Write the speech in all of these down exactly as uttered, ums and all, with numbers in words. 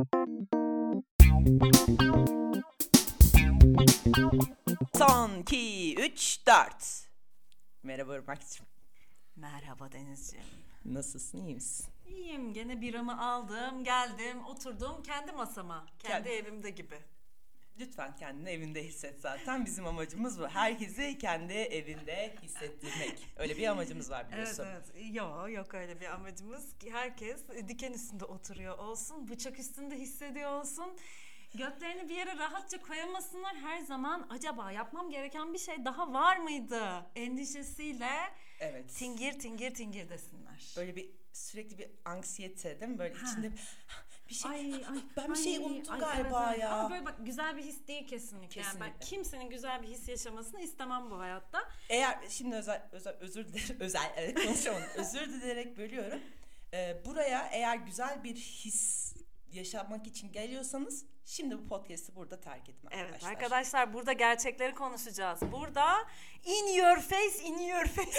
Son, iki, üç, dört. Merhaba Irmak'cığım. Merhaba Denizciğim. Nasılsın, iyi misin? İyiyim, gene biramı aldım, geldim, oturdum kendi masama. Kendi Kendi- evimde gibi. Lütfen kendini evinde hisset zaten. Bizim amacımız bu. Herkesi kendi evinde hissettirmek. Öyle bir amacımız var Evet biliyorsun. evet. Yok yok öyle bir amacımız. Herkes diken üstünde oturuyor olsun, bıçak üstünde hissediyor olsun. Göklerini bir yere rahatça koyamasınlar. Her zaman acaba yapmam gereken bir şey daha var mıydı endişesiyle Evet. tingir tingir tingir desinler. Böyle bir sürekli bir anksiyete değil mi? Böyle Ha. içinde bir şey, Ay, ay, ben bir ay, şey unuttum ay, galiba evet, evet. ya. Ama böyle bak güzel bir his değil kesinlikle. Yani ben Kesinlikle. kimsenin güzel bir his yaşamasını istemem bu hayatta. Eğer şimdi özel, özel özür dilerim özel evet konuşamadım. Özür dilerek bölüyorum. Ee, buraya eğer güzel bir his yaşamak için geliyorsanız şimdi bu podcast'i burada terk edin arkadaşlar. Evet arkadaşlar burada gerçekleri konuşacağız. Burada in your face, in your face.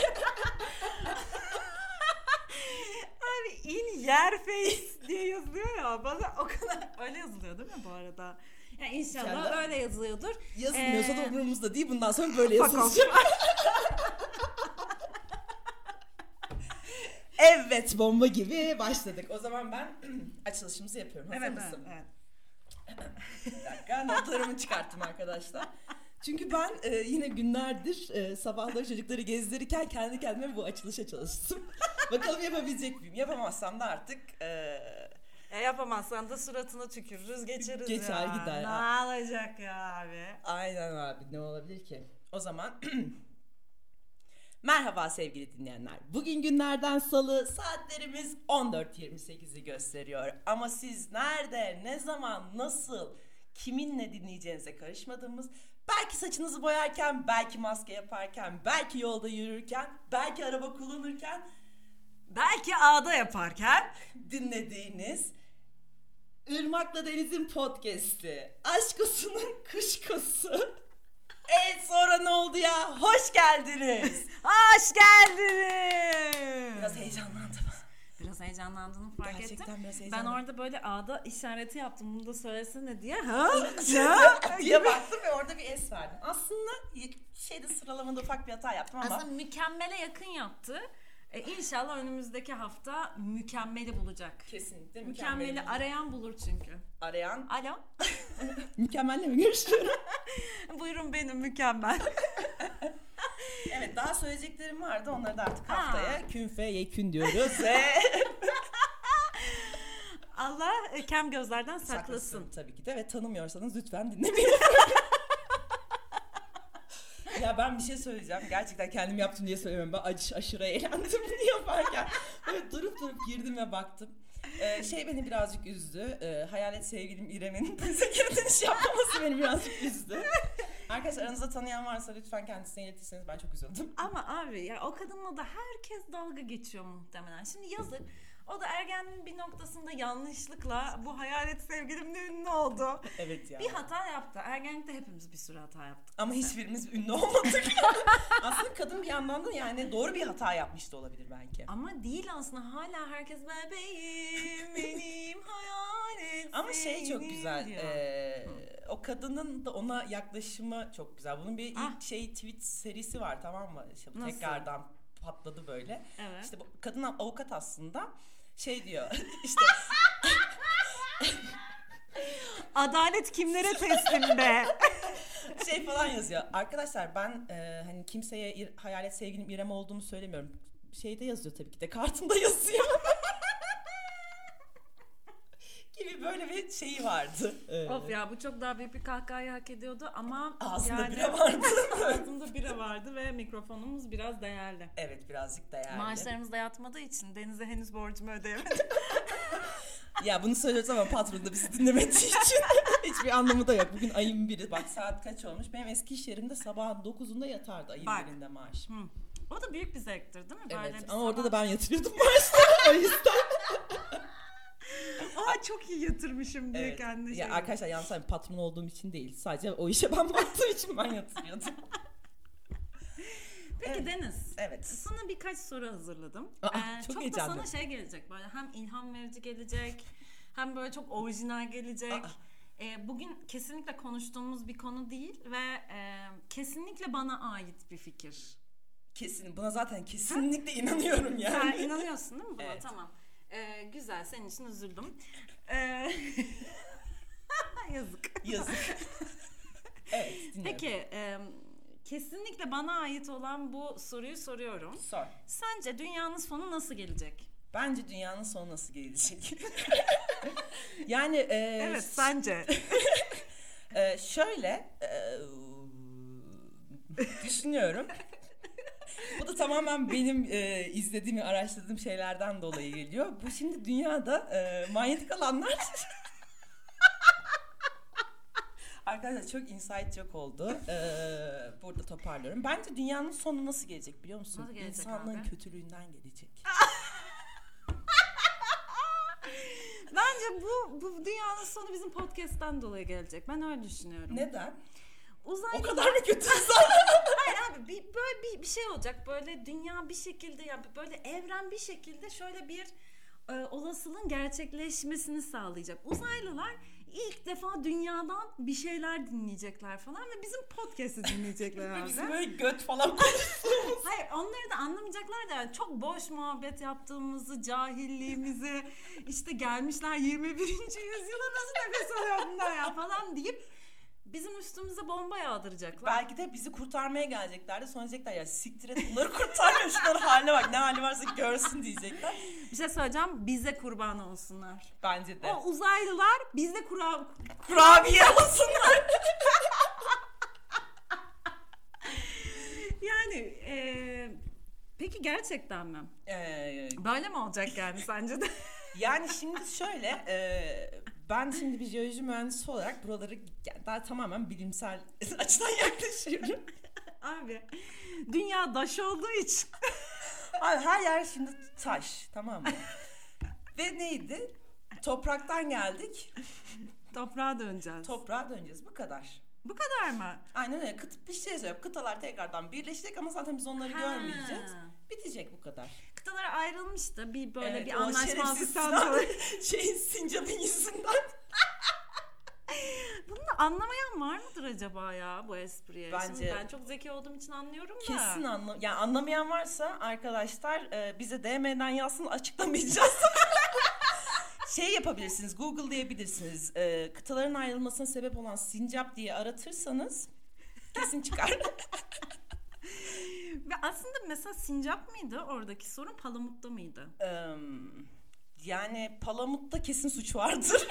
Abi in your face diye yazılıyor ya. Bana o kadar öyle yazılıyor değil mi bu arada? Yani inşallah İnşallah. öyle yazılıyordur. Yazılmıyorsa Ee, da umurumuzda değil. Bundan sonra böyle fuck off. yazılacak. Evet, bomba gibi başladık. O zaman ben açılışımızı yapıyorum. Hazır Evet, mısın? evet, evet. Bir dakika, notlarımı çıkarttım arkadaşlar. Çünkü ben e, yine günlerdir e, sabahları çocukları gezdirirken kendi kendime bu açılışa çalıştım. Bakalım yapabilecek miyim? Yapamazsam da artık... E, E yapamazsan da suratına tükürürüz geçeriz Geçer ya. gider. Ne olacak ya abi? Aynen abi, ne olabilir ki? O zaman... Merhaba sevgili dinleyenler. Bugün günlerden salı, saatlerimiz on dört yirmi sekizi gösteriyor. Ama siz nerede, ne zaman, nasıl, kiminle dinleyeceğinize karışmadığımız, belki saçınızı boyarken, belki maske yaparken, belki yolda yürürken, belki araba kullanırken Belki ağda yaparken. dinlediğiniz Irmak'la Deniz'in podcast'i. Aşkosu'nun kuşkosu. Evet, sonra ne oldu ya? Hoş geldiniz. Hoş geldiniz. Biraz heyecanlandım. Biraz heyecanlandığını fark Gerçekten ettim. biraz Ben heyecanlandım. orada böyle ağda işareti yaptım. Bunu da söylesene diye. Ha? diye baktım ve orada bir es verdim. Aslında şeyde sıralamada ufak bir hata yaptım ama. Aslında mükemmele yakın yaptı. E, İnşallah önümüzdeki hafta mükemmeli bulacak. Kesinlikle Mükemmeli mükemmel. arayan bulur çünkü. Arayan. Alo. Mükemmelle mi görüşüyorum? Buyurun benim mükemmel. Evet, daha söyleyeceklerim vardı. Onları da artık Aa. haftaya künfe yekün diyoruz ve Allah e, kem gözlerden saklasın. saklasın tabii ki de ve tanımıyorsanız lütfen dinlemeyin. Ya ben bir şey söyleyeceğim. Gerçekten kendim yaptım diye söylemiyorum. Ben acı aşırı eğlendim bunu yaparken. Böyle durup durup girdim ve baktım. Ee, şey beni birazcık üzdü. Ee, hayalet sevgilim İrem'in bize geri dönüş yapmaması beni birazcık üzdü. Arkadaşlar aranızda tanıyan varsa lütfen kendisine iletirseniz, ben çok üzüldüm. Ama abi ya o kadınla da herkes dalga geçiyor muhtemelen. Şimdi yazık. O da ergenliğin bir noktasında yanlışlıkla bu hayalet sevgilimle ünlü oldu. Evet ya. Bir hata yaptı. Ergenlikte hepimiz bir sürü hata yaptık. Ama hiçbirimiz ünlü olmadık. Aslında kadın bir yandan da yani doğru bir hata yapmış da olabilir belki. Ama değil aslında, hala herkes bebeğim benim hayalet Ama şey çok sevgilim güzel. diyor. Ee, o kadının da ona yaklaşımı çok güzel. Bunun bir ilk Ah. şey tweet serisi var, tamam mı? İşte bu Nasıl? tekrardan patladı böyle. Evet. İşte bu kadın avukat aslında. Şey diyor. işte Adalet kimlere teslim be? şey falan yazıyor. Arkadaşlar ben e, hani kimseye ir, hayalet sevgilim İrem olduğumu söylemiyorum. Şeyde yazıyor tabii ki de, kartımda yazıyor. gibi böyle bir şeyi vardı. Ee, Of ya, bu çok daha büyük bir kahkahayı hak ediyordu ama Ağzında yani, bira vardı. ağzında bira vardı ve mikrofonumuz biraz değerli. Evet, birazcık değerli. Maaşlarımız da yatmadığı için Deniz'e henüz borcumu ödeyemedim. Ya bunu söylüyoruz ama patron da bizi dinlemediği için hiçbir anlamı da yok. Bugün ayın biri. Bak saat kaç olmuş? Benim eski iş yerimde sabahın dokuzunda yatardı ayın Bak. birinde maaş. Hı. O da büyük bir zevktir değil mi? Böyle Evet bir ama orada da sabah- ben yatırıyordum maaşları o yüzden. Aa, çok iyi yatırmışım diye Evet. kendine Ya şey- arkadaşlar yalnız hani patron olduğum için değil. Sadece o işe ben baktığım için ben yatırıyordum. Peki Evet. Deniz, Evet. sana birkaç soru hazırladım. Aa, Ee, çok çok da heyecanlı. sana şey gelecek, böyle hem ilham verici gelecek, hem böyle çok orijinal gelecek. Aa. E, bugün kesinlikle konuştuğumuz bir konu değil ve e, kesinlikle bana ait bir fikir. Kesin. Buna zaten kesinlikle inanıyorum yani. Sen inanıyorsun değil mi buna? Evet. Tamam. E, güzel. Senin için üzüldüm. E, yazık. Yazık. Evet, dinliyorum. Peki, e, kesinlikle bana ait olan bu soruyu soruyorum. Sor. Sence dünyanın sonu nasıl gelecek? Bence dünyanın sonu nasıl gelecek? yani e, Evet, sence. e, şöyle e, düşünüyorum. Bu da tamamen benim e, izlediğim ve araştırdığım şeylerden dolayı geliyor. Bu şimdi dünyada e, manyetik alanlar arkadaşlar çok insight çok oldu. Ee, burada toparlıyorum. Bence dünyanın sonu nasıl gelecek biliyor musun? Nasıl gelecek İnsanlığın abi? kötülüğünden gelecek. Bence bu, bu dünyanın sonu bizim podcast'ten dolayı gelecek. Ben öyle düşünüyorum. Neden? Uzaylı... O kadar mı kötüyüz? Hayır abi bir, böyle bir, bir şey olacak. Böyle dünya bir şekilde yani böyle evren bir şekilde şöyle bir e, olasılığın gerçekleşmesini sağlayacak. Uzaylılar ilk defa dünyadan bir şeyler dinleyecekler falan ve bizim podcast'ı dinleyecekler abi. Bizim böyle göt falan konuşuyoruz. Hayır onları da anlamayacaklar da yani çok boş muhabbet yaptığımızı, cahilliğimizi işte gelmişler yirmi birinci yüzyıla nasıl nefes alıyor bunlar ya falan deyip bizim üstümüze bomba yağdıracaklar. Belki de bizi kurtarmaya gelecekler de sonra diyecekler ya siktir et bunları kurtarmıyor şunların haline bak ne hali varsa görsün diyecekler. Bir şey söyleyeceğim bize kurban olsunlar. Bence de. O uzaylılar bizde kura... Kurabiye olsunlar. yani e, peki gerçekten mi? Ee, Böyle mi olacak yani sence de? Yani şimdi şöyle e, ben şimdi bir jeoloji mühendisi olarak buraları yani daha tamamen bilimsel açıdan yaklaşıyorum. Abi dünya daş olduğu için. Abi her yer şimdi taş tamam mı? Ve neydi? Topraktan geldik. Toprağa döneceğiz. Toprağa döneceğiz bu kadar. Bu kadar mı? Aynen öyle. Kıt, bir şey söyleyeyim. Kıtalar tekrardan birleşecek ama zaten biz onları Ha. görmeyeceğiz. Bitecek bu kadar. Kıtalar ayrılmıştı. Bir böyle Evet, bir o anlaşmazlıktan şerefsiz dolayı. Şeyin sincapın yüzünden. Bunu da anlamayan var mıdır acaba ya bu espriye? Bence- Şimdi ben çok zeki olduğum için anlıyorum da. Kesin anlam yani anlamayan varsa arkadaşlar e, bize D M'den yazsın açıklamayacağız. Şey yapabilirsiniz, Google'layabilirsiniz. E, kıtaların ayrılmasına sebep olan sincap diye aratırsanız kesin çıkar. Ve aslında mesela sincap mıydı oradaki sorun, palamutta mıydı? Ee, yani Palamut'ta kesin suç vardır.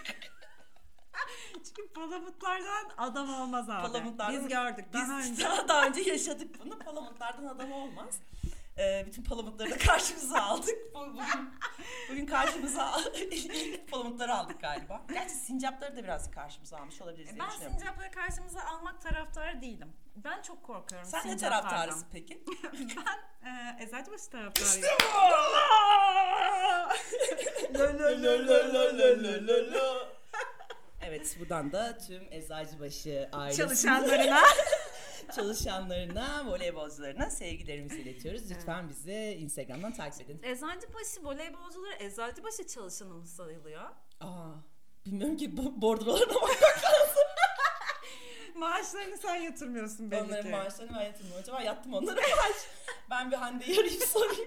Çünkü palamutlardan adam olmaz abi. Palamutlardan- Biz gördük daha Biz önce. daha, daha önce yaşadık bunu. Palamutlardan adam olmaz. Ee, bütün palamutları da karşımıza aldık. Bu- Bugün, bugün karşımıza al- ilk palamutları aldık galiba. Gerçi sincapları da biraz karşımıza almış olabiliriz diye Ben düşünüyorum. sincapları karşımıza almak taraftarı değilim. Ben çok korkuyorum Sen ne sincaplardan. taraftarısın peki? Ben e, Eczacıbaşı taraftarıyım. Evet buradan da tüm Eczacıbaşı ailesine, Çalışanlarına. çalışanlarına, voleybolcularına sevgilerimizi iletiyoruz. Lütfen bizi Instagram'dan takip edin. Eczacıbaşı voleybolcuları Eczacıbaşı çalışanı mı sayılıyor? Aa, bilmiyorum ki bu bordrolarına bak. Maaşlarını sen yatırmıyorsun belli Onların ki. maaşlarını ben yatırmıyorum. Acaba yattım onlara maaş. Ben bir Hande'yi arayıp sorayım.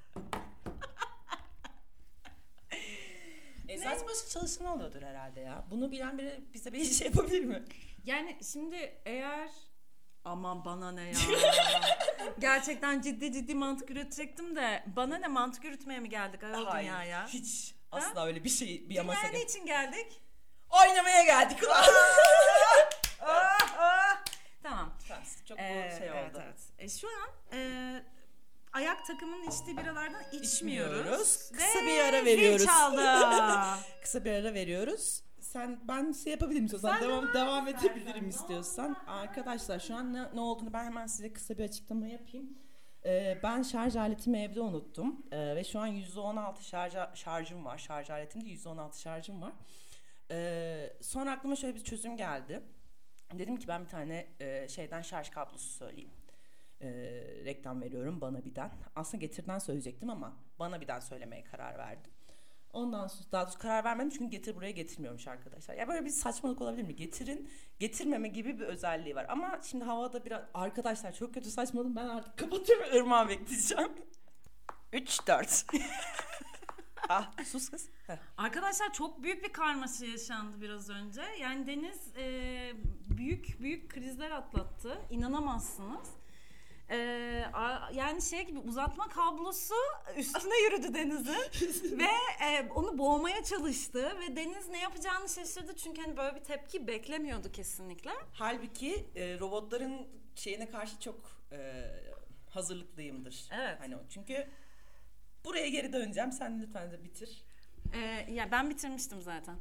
Eczacıbaşı çalışanı oluyordur herhalde ya. Bunu bilen biri bize bir şey yapabilir mi? Yani şimdi eğer aman bana ne ya. Gerçekten ciddi ciddi mantık üretecektim de bana ne, mantık yürütmeye mi geldik ayol Hayır, dünyaya? hiç asla öyle bir şey bir amaçla Dünyaya gel- niçin geldik? Oynamaya geldik ulan. Ah, ah. Tamam. Tamam, çok Ee, bu şey evet, oldu. evet. E, şu an e, ayak takımının içtiği biralardan içmiyoruz. İçmiyoruz. Ve Kısa bir ara zil veriyoruz. çaldı. Kısa bir ara veriyoruz. Sen ben şey yapabilirim istiyorsan Sen devam devam devam et edebilirim istersen. istiyorsan. Arkadaşlar şu an ne, ne olduğunu ben hemen size kısa bir açıklama yapayım. Ee, ben şarj aletimi evde unuttum. Ee, ve şu an yüzde on altı şarj şarjım var. Şarj aletimde yüzde on altı şarjım var. Ee, sonra aklıma şöyle bir çözüm geldi. Dedim ki ben bir tane e, şeyden şarj kablosu söyleyeyim. E, reklam veriyorum Bana Bir'den. Aslında Getir'den söyleyecektim ama Bana Bir'den söylemeye karar verdim. Ondan sonra daha doğrusu karar vermedim çünkü Getir buraya getirmiyormuş arkadaşlar. Ya böyle bir saçmalık olabilir mi? Getirin, getirmeme gibi bir özelliği var. Ama şimdi havada biraz arkadaşlar çok kötü saçmaladım. Ben artık kapatıyorum ve Irmak'ı bekleyeceğim. üç dört Ah sus kız. Heh. Arkadaşlar çok büyük bir karmaşa yaşandı biraz önce. Yani Deniz e, büyük büyük krizler atlattı. İnanamazsınız. Ee, a- yani şey gibi uzatma kablosu üstüne yürüdü Deniz'in ve e, onu boğmaya çalıştı ve Deniz ne yapacağını şaşırdı çünkü hani böyle bir tepki beklemiyordu kesinlikle. Halbuki e, robotların şeyine karşı çok e, hazırlıklıyımdır. Evet. Hani o çünkü buraya geri döneceğim. Sen lütfen de bitir. Ee, ya ben bitirmiştim zaten.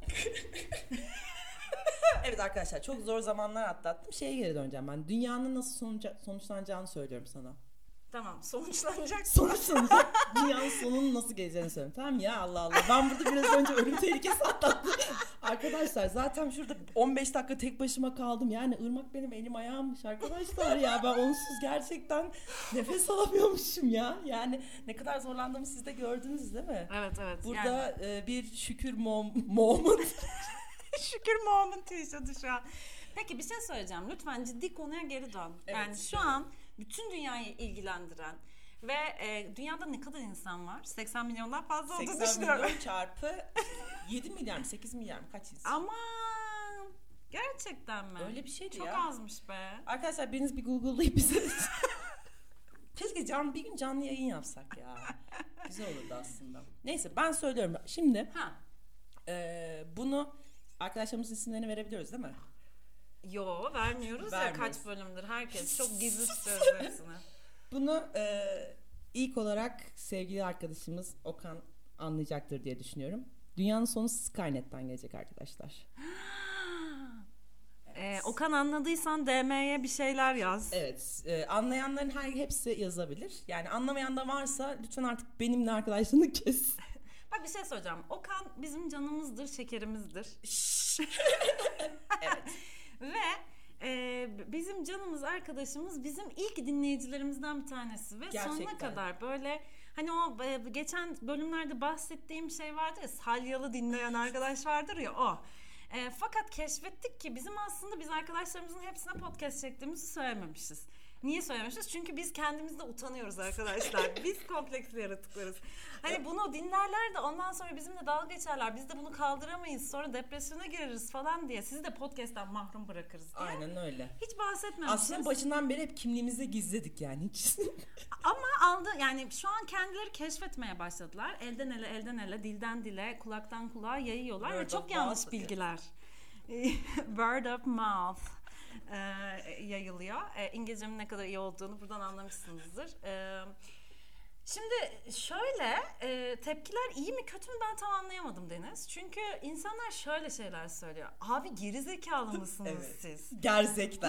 Evet arkadaşlar çok zor zamanlar atlattım. Şeye geri döneceğim ben. Dünyanın nasıl sonuca, sonuçlanacağını söylüyorum sana. Tamam, sonuçlanacak. Sonuçlanacak. Dünyanın sonunun nasıl geleceğini söylüyorum. Tamam ya Allah Allah. Ben burada biraz önce ölüm tehlikesi atlattım. Arkadaşlar zaten şurada on beş dakika tek başıma kaldım. Yani Irmak benim elim ayağımmış arkadaşlar ya. Ben onsuz gerçekten nefes alamıyormuşum ya. Yani ne kadar zorlandığımı siz de gördünüz değil mi? Evet evet. Burada yani. e, bir şükür mom- moment. Şükür moment yaşadı şu an. Peki bir şey söyleyeceğim. Lütfen ciddi konuya geri dön. Evet, yani şu evet. an bütün dünyayı ilgilendiren ve e, dünyada ne kadar insan var? seksen milyondan fazla olduğunu seksen düşünüyorum. milyon çarpı yedi milyar mı sekiz milyar mı kaç insan? Aman gerçekten mi? Öyle bir şeydi Çok ya. azmış be. Arkadaşlar biriniz bir Google'layıp bize keşke can, bir gün canlı yayın yapsak ya. Güzel olurdu aslında. Neyse ben söylüyorum. Şimdi Ha. e, bunu arkadaşlarımızın isimlerini verebiliyoruz değil mi? Yo vermiyoruz ya Vermiyoruz. kaç bölümdür. Herkes çok gizli tutuyoruz hepsini. Bunu e, ilk olarak sevgili arkadaşımız Okan anlayacaktır diye düşünüyorum. Dünyanın sonu Skynet'ten gelecek arkadaşlar. Ee, Okan anladıysan D M'ye bir şeyler yaz. Evet, e, anlayanların her hepsi yazabilir. Yani anlamayan da varsa lütfen artık benimle arkadaşlığını kes. Bak bir şey söyleyeceğim. Okan bizim canımızdır, şekerimizdir. Evet. Ve e, bizim canımız arkadaşımız bizim ilk dinleyicilerimizden bir tanesi. Ve Gerçekten. sonuna kadar böyle hani o e, geçen bölümlerde bahsettiğim şey vardı ya, salyalı dinleyen arkadaş vardır ya o. E, fakat keşfettik ki bizim aslında biz arkadaşlarımızın hepsine podcast çektiğimizi söylememişiz. Niye söylemişiz? Çünkü biz kendimizde utanıyoruz arkadaşlar. Biz kompleksli yaratıklarız. Hani bunu dinlerler de ondan sonra bizimle dalga geçerler. Biz de bunu kaldıramayız. Sonra depresyona gireriz falan diye. Sizi de podcast'ten mahrum bırakırız diye. Aynen öyle. Hiç bahsetmemişiz. Aslında başından beri hep kimliğimizi gizledik yani hiç. Ama aldı yani şu an kendileri keşfetmeye başladılar. Elden ele, elden ele, dilden dile, kulaktan kulağa yayıyorlar Word ve çok of yanlış mouth. bilgiler. Word of mouth e, yayılıyor. E, İngilizcemin ne kadar iyi olduğunu buradan anlamışsınızdır. E, şimdi şöyle e, tepkiler iyi mi kötü mü ben tam anlayamadım Deniz. Çünkü insanlar şöyle şeyler söylüyor. Abi gerizekalı mısınız Evet. siz? Gerzekler.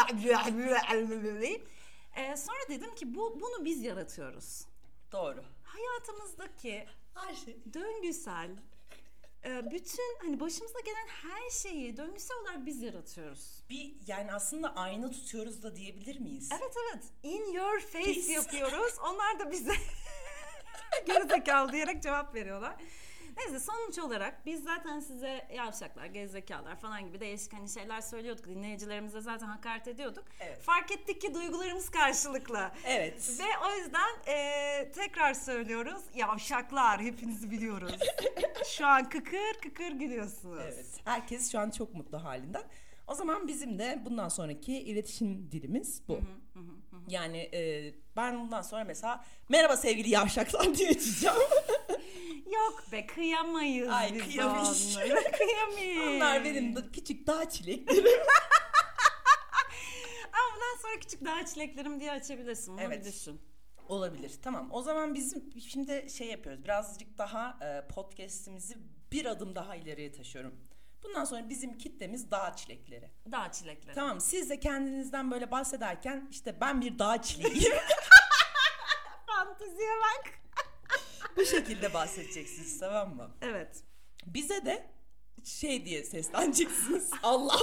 e, sonra dedim ki bu bunu biz yaratıyoruz. Doğru. Hayatımızdaki Her şey. döngüsel e, bütün hani başımıza gelen her şeyi döngüsel olarak biz yaratıyoruz. Bir yani aslında ayna tutuyoruz da diyebilir miyiz? Evet evet. In your face Face. yapıyoruz. Onlar da bize gerizekalı diyerek cevap veriyorlar. Neyse sonuç olarak biz zaten size yavşaklar, gerizekalılar falan gibi değişik hani şeyler söylüyorduk. Dinleyicilerimize zaten hakaret ediyorduk. Evet. Fark ettik ki duygularımız karşılıklı. Evet. Ve o yüzden e, tekrar söylüyoruz. Yavşaklar hepinizi biliyoruz. Şu an kıkır kıkır gülüyorsunuz. Evet. Herkes şu an çok mutlu halinden. O zaman bizim de bundan sonraki iletişim dilimiz bu. Hı hı, hı hı. Yani e, ben bundan sonra mesela merhaba sevgili yavşaklar diye açacağım. Yok be kıyamayız Ay, biz kıyamış. onlara. Kıyamayız. Onlar benim de küçük dağ çileklerim. Ama bundan sonra küçük dağ çileklerim diye açabilirsin. Bunu Evet. bir düşün. Olabilir. Tamam. O zaman bizim şimdi şey yapıyoruz. Birazcık daha e, podcast'imizi bir adım daha ileriye taşıyorum. Bundan sonra bizim kitlemiz dağ çilekleri. Dağ çilekleri. Tamam. Siz de kendinizden böyle bahsederken işte ben bir dağ çileğiyim. Fanteziye bak. Bu şekilde bahsedeceksiniz, tamam mı? Evet. Bize de şey diye sesleneceksiniz. Allah.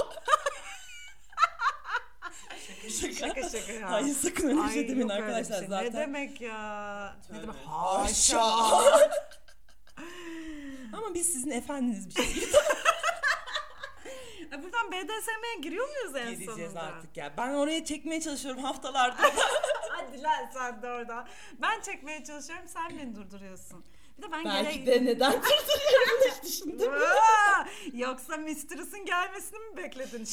şaka şaka. Şaka şaka ya. Hayır sakın öyle bir şey Ay, demeyin yok öyle bir arkadaşlar şey. zaten. Ne demek ya? Ne Tövbe. demek? Haşa. ama biz sizin efendiniz bir şey. Buradan B D S M'ye giriyor muyuz en Gireceğiz sonunda? artık ya. Ben oraya çekmeye çalışıyorum haftalardır. Hadi lan sen de orada. Ben çekmeye çalışıyorum, sen beni durduruyorsun. Bir de ben Belki gele... de neden durduruyorum hiç düşündüm. Yoksa Mistress'ın gelmesini mi bekledin?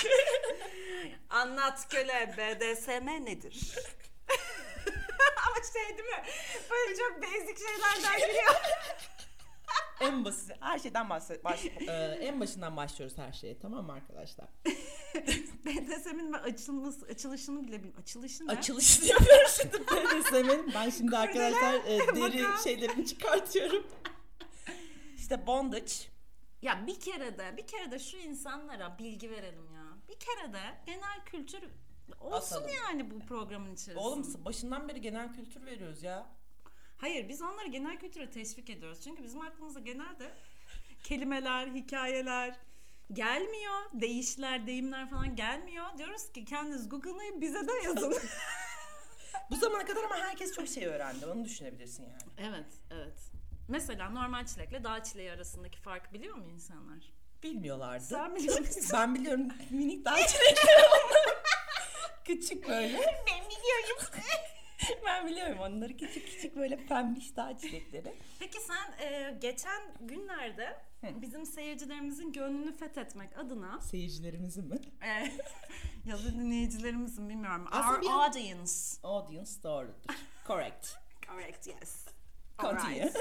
Anlat köle, B D S M nedir? Ama şey değil mi? Böyle çok basic şeylerden giriyor. En basit, her şeyden bahset, baş, e, en başından başlıyoruz her şeye, tamam mı arkadaşlar? B D S M'in ve açılması, açılışını bile bilmiyorum. Açılışı ne? Açılış yapıyoruz şimdi B D S M'in. Ben şimdi Kurdele, arkadaşlar e, deri bakalım. şeylerimi çıkartıyorum. İşte bondage. Ya bir kere de, bir kere de şu insanlara bilgi verelim ya. Bir kere de genel kültür olsun Atalım. yani bu programın içerisinde. Oğlum başından beri genel kültür veriyoruz ya. Hayır, biz onları genel kültüre teşvik ediyoruz. Çünkü bizim aklımıza genelde kelimeler, hikayeler gelmiyor. Deyişler, deyimler falan gelmiyor. Diyoruz ki kendiniz Google'layın, bize de yazın. Bu zamana kadar ama herkes çok şey öğrendi. Onu düşünebilirsin yani. Evet, evet. Mesela normal çilekle dağ çileği arasındaki farkı biliyor mu insanlar? Bilmiyorlardı. Sen biliyor musun? Ben biliyorum, minik daha çilekler onlar. Küçük böyle. Ben biliyorum. Ben biliyorum onları, küçük küçük böyle pembiş dağ çilekleri. Peki sen e, geçen günlerde Hı. bizim seyircilerimizin gönlünü fethetmek adına seyircilerimizin mi? E, ya da dinleyicilerimizin bilmiyorum. Aslında Our bir audience. Audience doğrudur. Correct. Correct, yes. Continue. Right.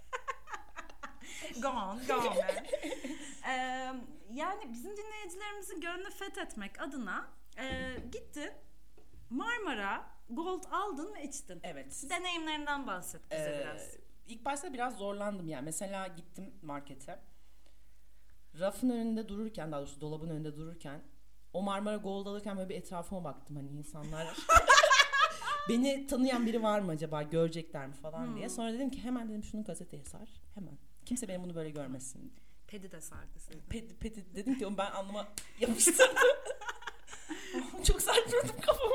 Go on, go on. ee, yani bizim dinleyicilerimizin gönlünü fethetmek adına e, gittin Marmara Gold aldın ve içtin. Evet. Deneyimlerinden bahset bize ee, biraz. İlk başta biraz zorlandım yani. Mesela gittim markete. Rafın önünde dururken, daha doğrusu dolabın önünde dururken o Marmara Gold alırken böyle bir etrafıma baktım. Hani insanlar beni tanıyan biri var mı acaba, görecekler mi falan hmm. diye. Sonra dedim ki hemen dedim şunu gazeteye sar. Hemen. Kimse benim bunu böyle görmesin. Pedi de sardı seni. Pedi, pedi dedim ki ben alnıma yapıştırdım. Çok sert vurdum kafama.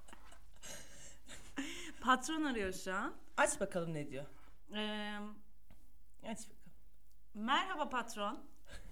Patron arıyor şu an. Aç bakalım ne diyor. Ee, Aç bakalım. Merhaba patron.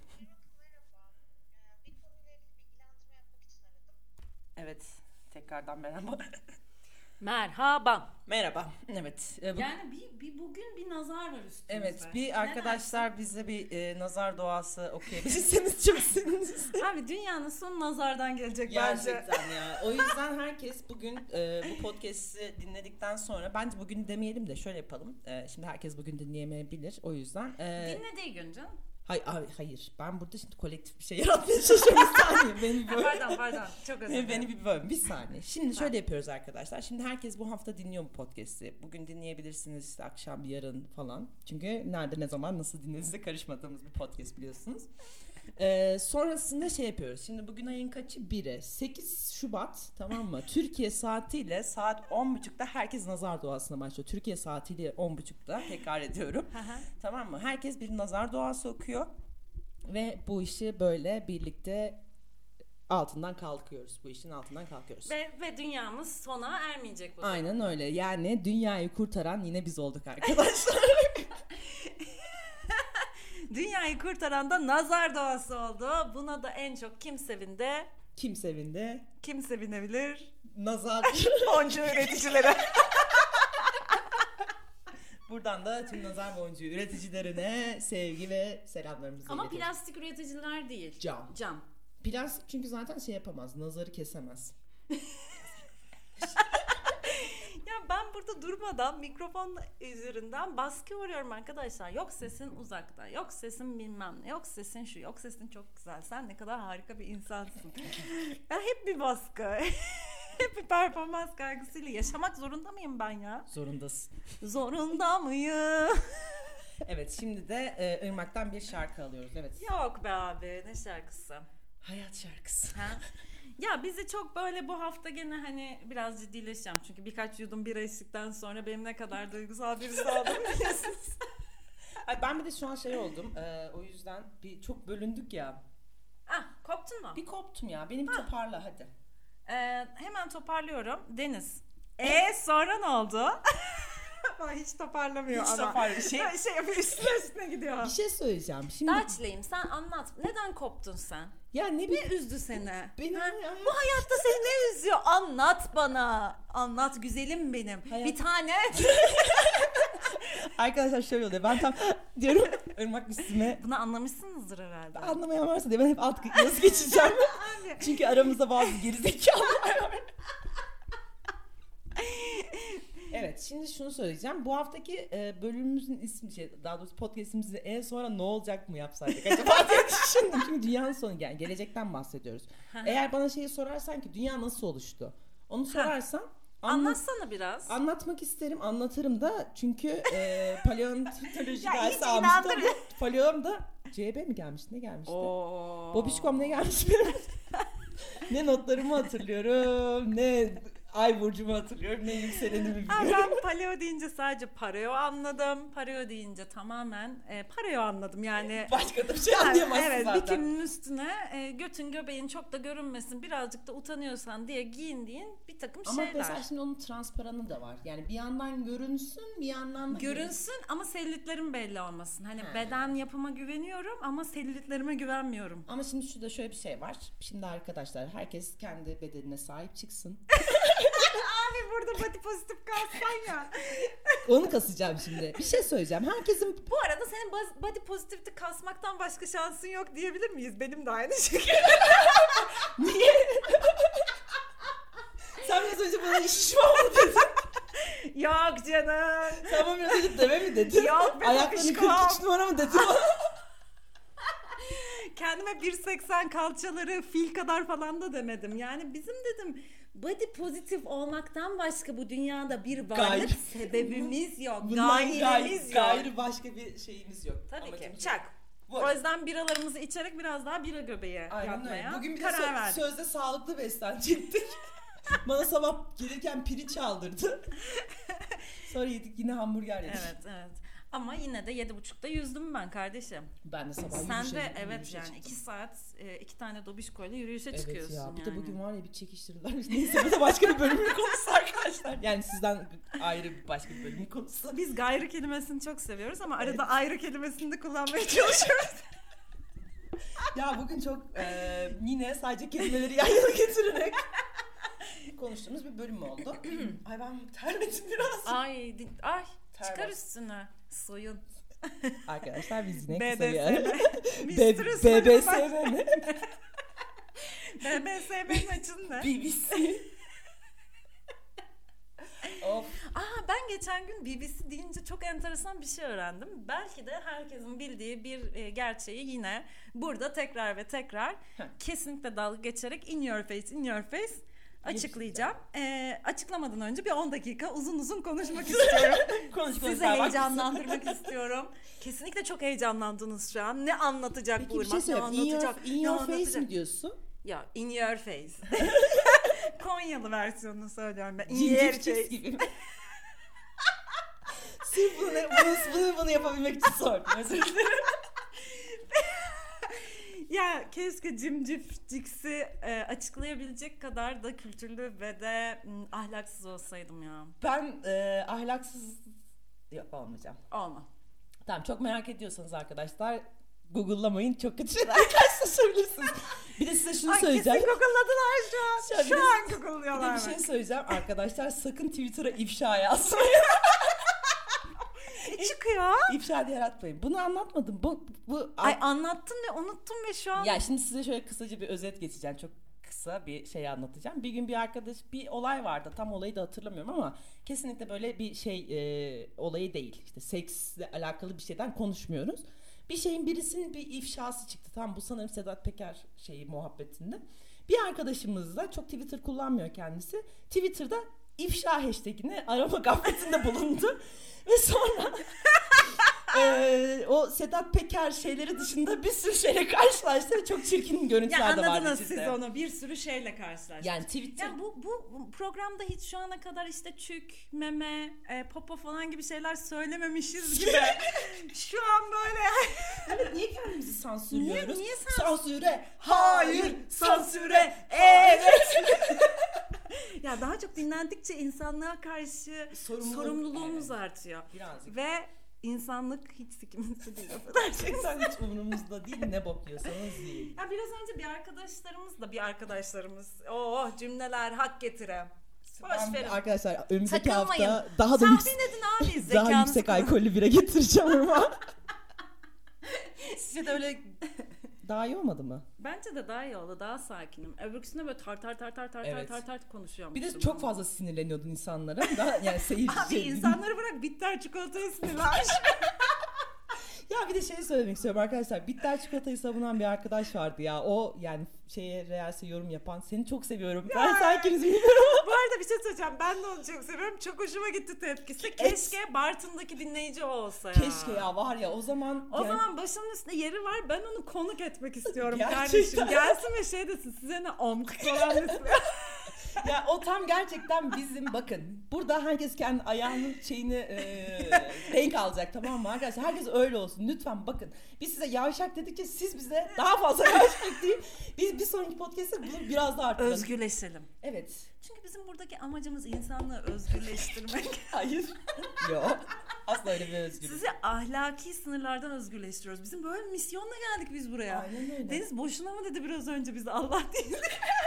Evet. Tekrardan merhaba. Merhaba. Merhaba. Evet. E, bu... Yani bir, bir bugün bir nazar var üstümüzde. Evet. Bir arkadaşlar bize bir e, nazar duası okuyabilirseniz çok seviniriz. Abi dünyanın sonu nazardan gelecek Gerçekten bence. ya. O yüzden herkes bugün e, bu podcast'i dinledikten sonra, bence bugün demeyelim de şöyle yapalım. E, şimdi herkes bugün dinleyemeyebilir. O yüzden. E, Dinlediği gün canım. Hayır, hayır. Ben burada şimdi kolektif bir şey yaratmaya çalışıyorum. Bir saniye. Beni böyle... pardon pardon. Çok özür dilerim. Beni bir bölüm. Bir saniye. Şimdi şöyle yapıyoruz arkadaşlar. Şimdi herkes bu hafta dinliyor bu podcast'i. Bugün dinleyebilirsiniz, işte akşam, yarın falan. Çünkü nerede, ne zaman, nasıl dinlediğinize karışmadığımız bir podcast biliyorsunuz. Ee, sonrasında şey yapıyoruz. Şimdi bugün ayın kaçı? biri. sekiz Şubat, tamam mı? Türkiye saatiyle saat on buçukta herkes nazar duasına başlıyor. Türkiye saatiyle on buçukta, tekrar ediyorum. Tamam mı? Herkes bir nazar duası okuyor. Ve bu işi böyle birlikte altından kalkıyoruz. Bu işin altından kalkıyoruz. Ve, ve dünyamız sona ermeyecek bu zaman. Aynen öyle. Yani dünyayı kurtaran yine biz olduk arkadaşlar. Dünyayı kurtaran da nazar doğası oldu. Buna da en çok kim sevindi? Kim sevindi? Kim sevinebilir? Nazar. Boncuğu üreticileri. Buradan da tüm nazar boncuğu üreticilerine sevgi ve selamlarımızı Ama iletiyoruz. plastik üreticiler değil. Cam. Cam. Plastik çünkü zaten şey yapamaz. Nazarı kesemez. Ya ben burada durmadan mikrofon üzerinden baskı vuruyorum arkadaşlar. Yok sesin uzakta, yok sesin bilmem ne, yok sesin şu, yok sesin çok güzel. Sen ne kadar harika bir insansın. Ya hep bir baskı. Hep bir performans kaygısıyla yaşamak zorunda mıyım ben ya? Zorundasın. Zorunda mıyım? Evet, şimdi de e, Irmak'tan bir şarkı alıyoruz. Evet. Yok be abi, ne şarkısı? Hayat şarkısı. Ha? Ya bizi çok böyle bu hafta gene hani biraz ciddileşeceğim. Çünkü birkaç yudum bira içtikten sonra benim ne kadar duygusal birisi olduğumu biliyorsunuz. Ay ben bir de şu an şey oldum. E, o yüzden bir çok bölündük ya. Ah, koptun mu? Bir koptum ya. Beni bir ha. toparla hadi. Ee, hemen toparlıyorum. Deniz. E sonra ne oldu? Falan hiç toparlamıyor Hiç ama. toparlamıyor. Şey- şey yapıyor, üstüne üstüne gidiyor. Bir şey söyleyeceğim. Şimdi Daçlıyım, sen anlat. Neden koptun sen? ya ne Ne bileyim. üzdü seni? Benim Ha? ya- Bu hayatta seni ne üzüyor? Anlat bana. Anlat güzelim benim. Hayat- Bir tane. Arkadaşlar şöyle oluyor. Ben tam diyorum Irmak üstüme Bunu anlamışsınızdır herhalde. anlamayan varsa diye ben hep alt nasıl geçeceğim. Çünkü aramızda bazı gerizekalılar var. Evet, şimdi şunu söyleyeceğim. Bu haftaki e, bölümümüzün ismi, şey, daha doğrusu podcast'imizi en sonra ne olacak mı yapsaydık acaba diye düşündüm. Çünkü dünyanın sonu, yani gelecekten bahsediyoruz. Eğer bana şeyi sorarsan ki dünya nasıl oluştu? Onu sorarsan anlat, Anlatsana biraz. anlatmak isterim, anlatırım da çünkü e, paleontoloji Ya dersi iyice almıştım. inandırıyor. Paleomda C B mi gelmiş, ne gelmişti? Oo. Bobişkom ne gelmiş benim? Ne notlarımı hatırlıyorum, ne ay burcumu hatırlıyorum, ne yükselenimi Ha, biliyorum. ben paleo deyince sadece pareo anladım. Pareo deyince tamamen e, pareo anladım yani. Başka da bir şey Yani, anlayamazsın evet, zaten. bikininin üstüne e, götün göbeğin çok da görünmesin, birazcık da utanıyorsan diye giyindiğin bir takım Ama şeyler. mesela şimdi onun transparanı da var. Yani bir yandan görünsün, bir yandan da Görünsün ama selülitlerim belli olmasın. Hani He. beden yapıma güveniyorum ama selülitlerime güvenmiyorum. Ama şimdi şurada şöyle bir şey var. Şimdi arkadaşlar herkes kendi bedenine sahip çıksın. Abi burada body pozitif kalsan ya. Onu kasacağım şimdi. Bir şey söyleyeceğim. Herkesin Bu arada senin baz- body pozitivity kasmaktan başka şansın yok diyebilir miyiz? Benim de aynı şekilde. niye? Sen biraz önce bana şişman mı dedin? Yok canım. Sen bana biraz önce deve mi dedin? Yok be Ayaklarını babişkom. kırk üç numara mı dedin bana? Kendime bir seksen kalçaları fil kadar falan da demedim. Yani bizim dedim body pozitif olmaktan başka bu dünyada bir varlık Gayrı. sebebimiz yok. Bundan Gayremiz gayrı, yok. gayrı başka bir şeyimiz yok. Tabii Amacımız ki. Çak. Bu. O yüzden biralarımızı içerek biraz daha bira göbeği Aynen yapmaya öyle. Bugün bir de karar sö- verdik. sözde sağlıklı beslenecektik. Bana sabah gelirken pirinç aldırdı. Sonra yedik, yine hamburger yedik. Evet evet. Ama yine de yedi buçukta yüzdüm ben kardeşim. Ben de sabah Sen yürüyüşe de gittim, evet yürüyüşe yani çıktım. iki saat e, iki tane dobişkoyla yürüyüşe Evet çıkıyorsun ya. Bir yani. de bugün var ya bir çekiştirdiler. Neyse bu da başka bir bölümün konusu arkadaşlar. Yani sizden ayrı bir başka bir bölümün konusu. Biz gayrı kelimesini çok seviyoruz ama arada evet. ayrı kelimesini de kullanmaya çalışıyoruz. Ya bugün çok e, yine sadece kelimeleri yan yana getirerek konuştuğumuz bir bölüm oldu. Ay ben terledim biraz. Ay, di- ay Ter çıkar bas. üstüne. Soyun. Arkadaşlar biz yine B kısa D bir S ara. M. B- Mistress B B S Bölüm M mi? B B S M'nin açın ne? B B C. Of. Aa, ben geçen gün B B C deyince çok enteresan bir şey öğrendim. Belki de herkesin bildiği bir e, gerçeği yine burada tekrar ve tekrar kesinlikle dalga geçerek in your face, in your face açıklayacağım. Ee, açıklamadan önce bir on dakika uzun uzun konuşmak istiyorum. Konuş, konuş, Sizi bak. heyecanlandırmak istiyorum. Kesinlikle çok heyecanlandınız şu an. Ne anlatacak Peki bu bir şey Irmak? Ne söyleyeyim. In your, anlatacak? in Ne your face anlatacak? mi diyorsun? Ya in your face. Konyalı versiyonunu söylüyorum ben. In Ginger your chips face. gibi mi? Sırf bunu, bunu, bunu, bunu yapabilmek için sordum. Özür dilerim. Ya keşke cimcifciksi e, açıklayabilecek kadar da kültürlü ve de m, ahlaksız olsaydım ya. Ben e, ahlaksız... Yok, olmayacağım. Olma. Tamam, çok merak ediyorsanız arkadaşlar Google'lamayın, çok kötü şeyler karşılaşabilirsiniz. Bir de size şunu Ay, söyleyeceğim. kesin Google'ladılar şu an. Şöyle Şu bir- an Bir Google'lıyorlar. de bir şey bak. söyleyeceğim arkadaşlar, sakın Twitter'a ifşa yazmayın. E, çıkıyor. İfşa diye yaratmayın. Bunu anlatmadım. Bu, bu Ay anlattın ve unuttum ve şu an. Ya şimdi size şöyle kısaca bir özet geçeceğim. Çok kısa bir şey anlatacağım. Bir gün bir arkadaş, bir olay vardı. Tam olayı da hatırlamıyorum ama kesinlikle böyle bir şey e, olayı değil. İşte seksle alakalı bir şeyden konuşmuyoruz. Bir şeyin, birisinin bir ifşası çıktı. Tam bu sanırım Sedat Peker şeyi muhabbetinde. Bir arkadaşımız da çok Twitter kullanmıyor kendisi. Twitter'da ifşa hashtagini arama gafletinde bulundu. Ve sonra Ee, o Sedat Peker şeyleri dışında bir sürü şeyle karşılaştı ve çok çirkin Ya görüntüler de vardı anladınız içinde. siz onu, bir sürü şeyle karşılaştınız. Yani Twitter... Ya bu, bu programda hiç şu ana kadar işte çük, meme, e, popo falan gibi şeyler söylememişiz gibi. Şu an böyle. Evet, niye kendimizi sansürlüyoruz? Niye- niye sans- Sansüre, Hayır, hayır, sansüre, sansüre, evet. Ya daha çok dinlendikçe insanlığa karşı Sorumluluk, sorumluluğumuz evet. artıyor. Birazcık. Ve insanlık hiç sikimizde değil. Gerçekten hiç umurumuzda değil, ne bok yiyorsanız yiyin. Ya biraz önce bir arkadaşlarımız da bir arkadaşlarımız. Oh cümleler hak getire. Boş Ben verin. arkadaşlar önümüzdeki Takılmayın. hafta daha da Tahmin yüksek, edin abi. daha zekanızı yüksek kullanın. alkollü bire getireceğim ama. Sizce de öyle daha iyi olmadı mı? Bence de daha iyi oldu. Daha sakinim. Öbürküsünde böyle tar tar tar tar tar Evet. tar tar konuşuyorum. Bir de çok fazla sinirleniyordun insanlara. Daha yani seyirci Abi şey- insanları bırak bitter çikolataya sinirlenmiş. Ya bir de şey söylemek istiyorum arkadaşlar. Bitter çikolatayı savunan bir arkadaş vardı ya. O yani şeye Reels'e yorum yapan. Seni çok seviyorum. Ben sen ikiniz bilmiyorum. Bu arada bir şey söyleyeceğim. Ben de onu çok seviyorum. Çok hoşuma gitti tepkisi. Keşke Bartın'daki dinleyici o olsa ya. Keşke ya, var ya o zaman. O yani- zaman başımın üstünde yeri var. Ben onu konuk etmek istiyorum Gerçekten. kardeşim. Gelsin ve şey desin. Size ne amk falan desin. Ya o tam gerçekten bizim, bakın burada herkes kendi ayağının şeyini e, denk alacak, tamam mı arkadaşlar? Herkes öyle olsun lütfen, bakın. Biz size yavşak dedikçe siz bize daha fazla yavşak değil. Biz bir sonraki podcast'te bunu biraz daha arttıralım. Özgürleşelim. Evet. Çünkü bizim buradaki amacımız insanlığı özgürleştirmek. Hayır. Yok. Asla öyle bir özgürlük. Sizi ahlaki sınırlardan özgürleştiriyoruz. Bizim böyle bir misyonla geldik biz buraya. Aynen öyle. Deniz boşuna mı dedi biraz önce bize Allah değil.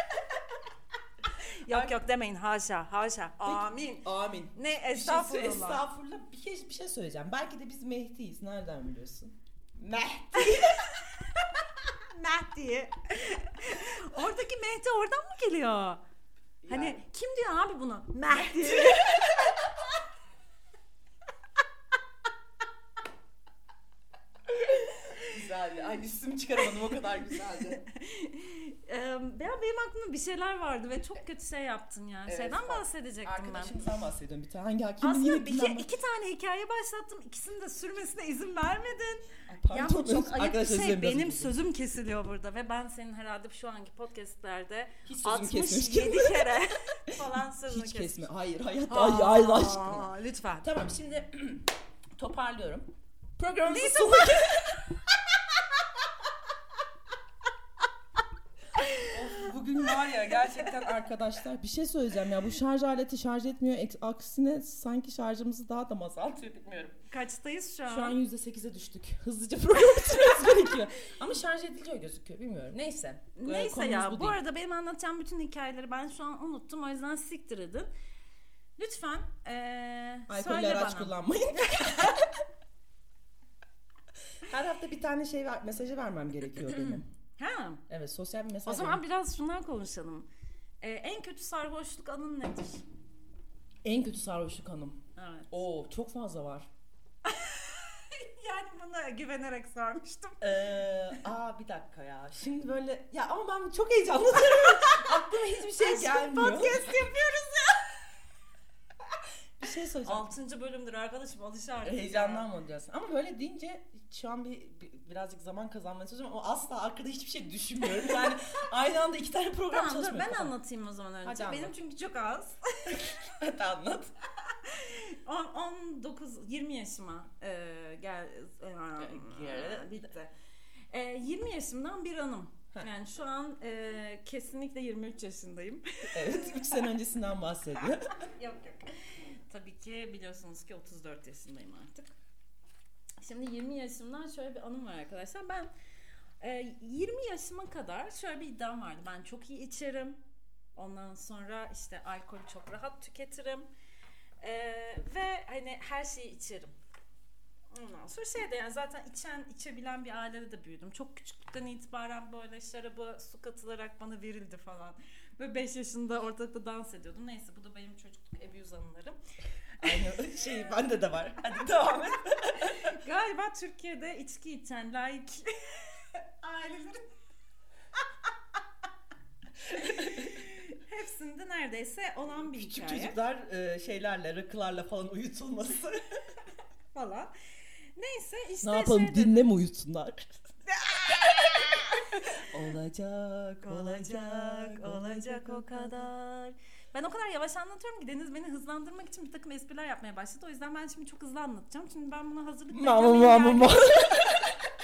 Yok yok demeyin, haşa haşa. Amin. Amin. Ne Bir şey estağfurullah. söyle- estağfurullah. Bir şey, bir şey söyleyeceğim. Belki de biz Mehdi'yiz. Nereden biliyorsun? Mehdi. Mehdi. Oradaki Mehdi oradan mı geliyor? Hani Yani. kim diyor abi bunu? Mehdi. Güzeldi. Ay üstümü çıkaramadım, o kadar güzeldi. Ee, ya benim aklımda bir şeyler vardı ve çok kötü şey yaptın ya. Evet, Şeyden bak, bahsedecektim ben. Arkadaşımızdan bahsediyorum bir tane. Hangi hakimin Aslında yine bir, bilmem- iki, iki tane hikaye başlattım. İkisini de sürmesine izin vermedin. Ay, Ya pardon, bu çok ayıp bir arkadaşlar, şey. size biraz Benim üzüldüm. sözüm kesiliyor burada ve ben senin herhalde şu anki podcastlerde Hiç sözümü altmış kesmemiş yedi kere falan sözünü Hiç kesmiş. kesme. Hayır, hayatta Aa, ay Allah aşkına. Lütfen. Tamam, şimdi toparlıyorum. Programımızın Neyse, sonuna Of, bugün var ya gerçekten arkadaşlar bir şey söyleyeceğim ya, bu şarj aleti şarj etmiyor, Eks- aksine sanki şarjımızı daha da azaltıyor, bilmiyorum. Kaçtayız şu an? Şu an yüzde sekize düştük. Hızlıca programı bitirmemiz gerekiyor. Ama şarj ediliyor gözüküyor, bilmiyorum. Neyse. Neyse Konumuz ya bu bu değil. arada benim anlatacağım bütün hikayeleri ben şu an unuttum. O yüzden siktir edin. Lütfen ee, Alkollü söyle araç bana. kullanmayın. Her hafta bir tane şey ver, mesajı vermem gerekiyor benim. Ha. Evet, sosyal bir mesaj. O zaman biraz şundan konuşalım. Ee, en kötü sarhoşluk anın nedir? En kötü sarhoşluk hanım. Evet. Oo, çok fazla var. Yani buna güvenerek sormuştum. Ee, aa bir dakika ya. Şimdi böyle ya, ama ben çok heyecanlıyım. Aklıma hiçbir şey Aşkım, gelmiyor. podcast yapıyoruz ya. Bir şey söyleyeceğim. Altıncı bölümdür arkadaşım, alış artık. Heyecanlanma diyorsun. Ama böyle deyince şu an bir, bir birazcık zaman kazanmaya çalışıyorum ama asla arkada hiçbir şey düşünmüyorum. Yani aynı anda iki tane program Tamam dur çalışmıyor. ben Tamam. anlatayım o zaman önce. Hadi anlat. Benim çünkü çok az. Hadi anlat. on, on dokuz yirmi yaşıma e, gel e, bitti. E, yirmi yaşımdan bir anım. Yani şu an e, kesinlikle yirmi üç yaşındayım. Evet, üç sene öncesinden bahsediyor. Yok yok. Tabii ki biliyorsunuz ki otuz dört yaşındayım artık. Şimdi yirmi yaşımdan şöyle bir anım var arkadaşlar. Ben e, yirmi yaşıma kadar şöyle bir iddiam vardı. Ben çok iyi içerim. Ondan sonra işte alkolü çok rahat tüketirim. E, ve hani her şeyi içerim. Ondan sonra şey de yani zaten içen, içebilen bir ailede de büyüdüm. Çok küçüklükten itibaren böyle şarabı su katılarak bana verildi falan. Böyle beş yaşında ortalıkta dans ediyordum. Neyse bu da benim çocukluk abuse anılarım. Aynı şey bende de var. Hadi devam et. Galiba Türkiye'de içki içen laik ailelerin hepsinde neredeyse olan bir Küçük hikaye çocuklar e, şeylerle, rakılarla falan uyutulması. falan. Neyse işte Ne yapalım, şey dinle mi uyutsunlar? olacak, olacak, olacak o kadar. Ben o kadar yavaş anlatıyorum ki Deniz beni hızlandırmak için bir takım espriler yapmaya başladı. O yüzden ben şimdi çok hızlı anlatacağım. Şimdi ben buna hazırlık Mama mama mama.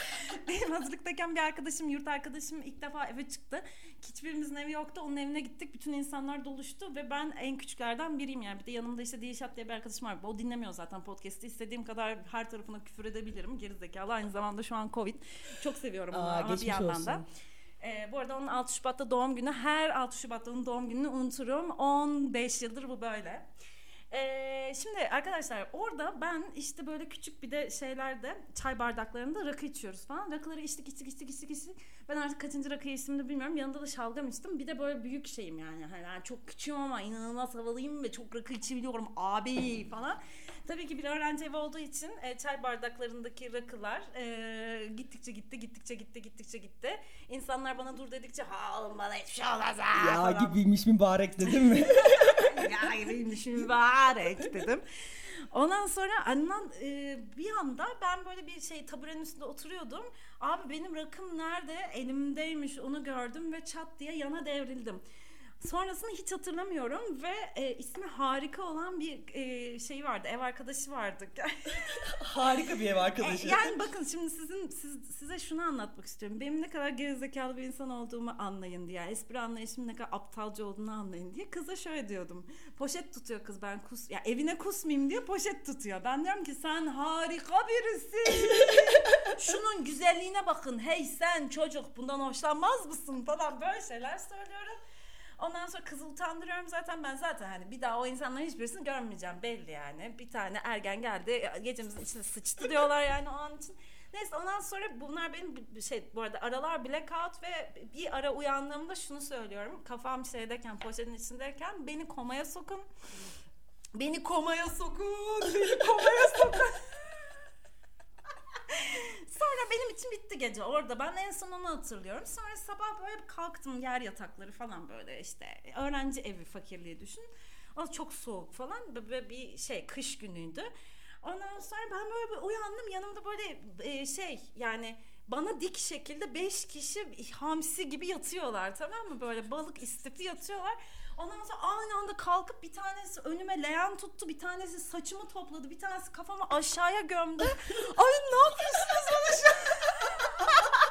hazırlıktayken bir arkadaşım, yurt arkadaşım ilk defa eve çıktı. Hiçbirimizin evi yoktu. Onun evine gittik. Bütün insanlar doluştu ve ben en küçüklerden biriyim yani. Bir de yanımda işte Dilşat diye bir arkadaşım var. O dinlemiyor zaten podcast'i. İstediğim kadar her tarafına küfür edebilirim. Gerizekalı. Aynı zamanda şu an Covid. Çok seviyorum onu Aa, ama bir yandan olsun. da. Ee, bu arada onun altı Şubat'ta doğum günü. Her altı Şubat'ta onun doğum gününü unuturum. on beş yıldır bu böyle. Ee, şimdi arkadaşlar orada ben işte böyle küçük bir de şeylerde çay bardaklarında rakı içiyoruz falan. Rakıları içtik içtik içtik içtik içtik. Ben artık kaçıncı rakıyı içtiğimi bilmiyorum. Yanında da şalgam içtim. Bir de böyle büyük şeyim yani. Hani ben çok küçüğüm ama inanılmaz havalıyım ve çok rakı içebiliyorum abi falan. Tabii ki bir öğrenci evi olduğu için e, çay bardaklarındaki rakılar e, gittikçe gitti, gittikçe gitti, gittikçe gitti. İnsanlar bana dur dedikçe ha oğlum bana hiçbir şey olmaz ha Ya falan. gibiymiş mübarek dedim mi? Ya gibiymiş mübarek dedim. Ondan sonra annen e, bir anda ben böyle bir şey taburenin üstünde oturuyordum. Abi benim rakım nerede? Elimdeymiş, onu gördüm ve çat diye yana devrildim. Sonrasını hiç hatırlamıyorum ve e, ismi harika olan bir e, şey vardı, ev arkadaşı vardı. Harika bir ev arkadaşı. E, yani bakın şimdi sizin siz, size şunu anlatmak istiyorum. Benim ne kadar gerizekalı bir insan olduğumu anlayın diye. Espri anlayışımın ne kadar aptalca olduğunu anlayın diye. Kıza şöyle diyordum. Poşet tutuyor kız, ben kus ya evine kusmayayım diye poşet tutuyor. Ben diyorum ki sen harika birisin. Şunun güzelliğine bakın. Hey sen çocuk bundan hoşlanmaz mısın falan böyle şeyler söylüyorum. Ondan sonra kızı utandırıyorum zaten ben zaten hani bir daha o insanların hiçbirisini görmeyeceğim belli yani. Bir tane ergen geldi gecemizin içine sıçtı diyorlar yani o an için. Neyse ondan sonra bunlar benim şey bu arada aralar blackout ve bir ara uyandığımda şunu söylüyorum. Kafam şeydeyken poşetin içindeyken beni komaya sokun. Beni komaya sokun. Beni komaya sokun. Sonra benim için bitti gece orada. Ben en son onu hatırlıyorum. Sonra sabah böyle kalktım yer yatakları falan böyle işte öğrenci evi fakirliği düşün. O çok soğuk falan böyle bir şey kış günüydü. Ondan sonra ben böyle bir uyandım yanımda böyle e, şey yani bana dik şekilde beş kişi hamsi gibi yatıyorlar tamam mı böyle balık istifli yatıyorlar. Ondan sonra aynı anda kalkıp bir tanesi önüme leğen tuttu, bir tanesi saçımı topladı, bir tanesi kafamı aşağıya gömdü. Ay ne yapıyorsunuz bana şu an?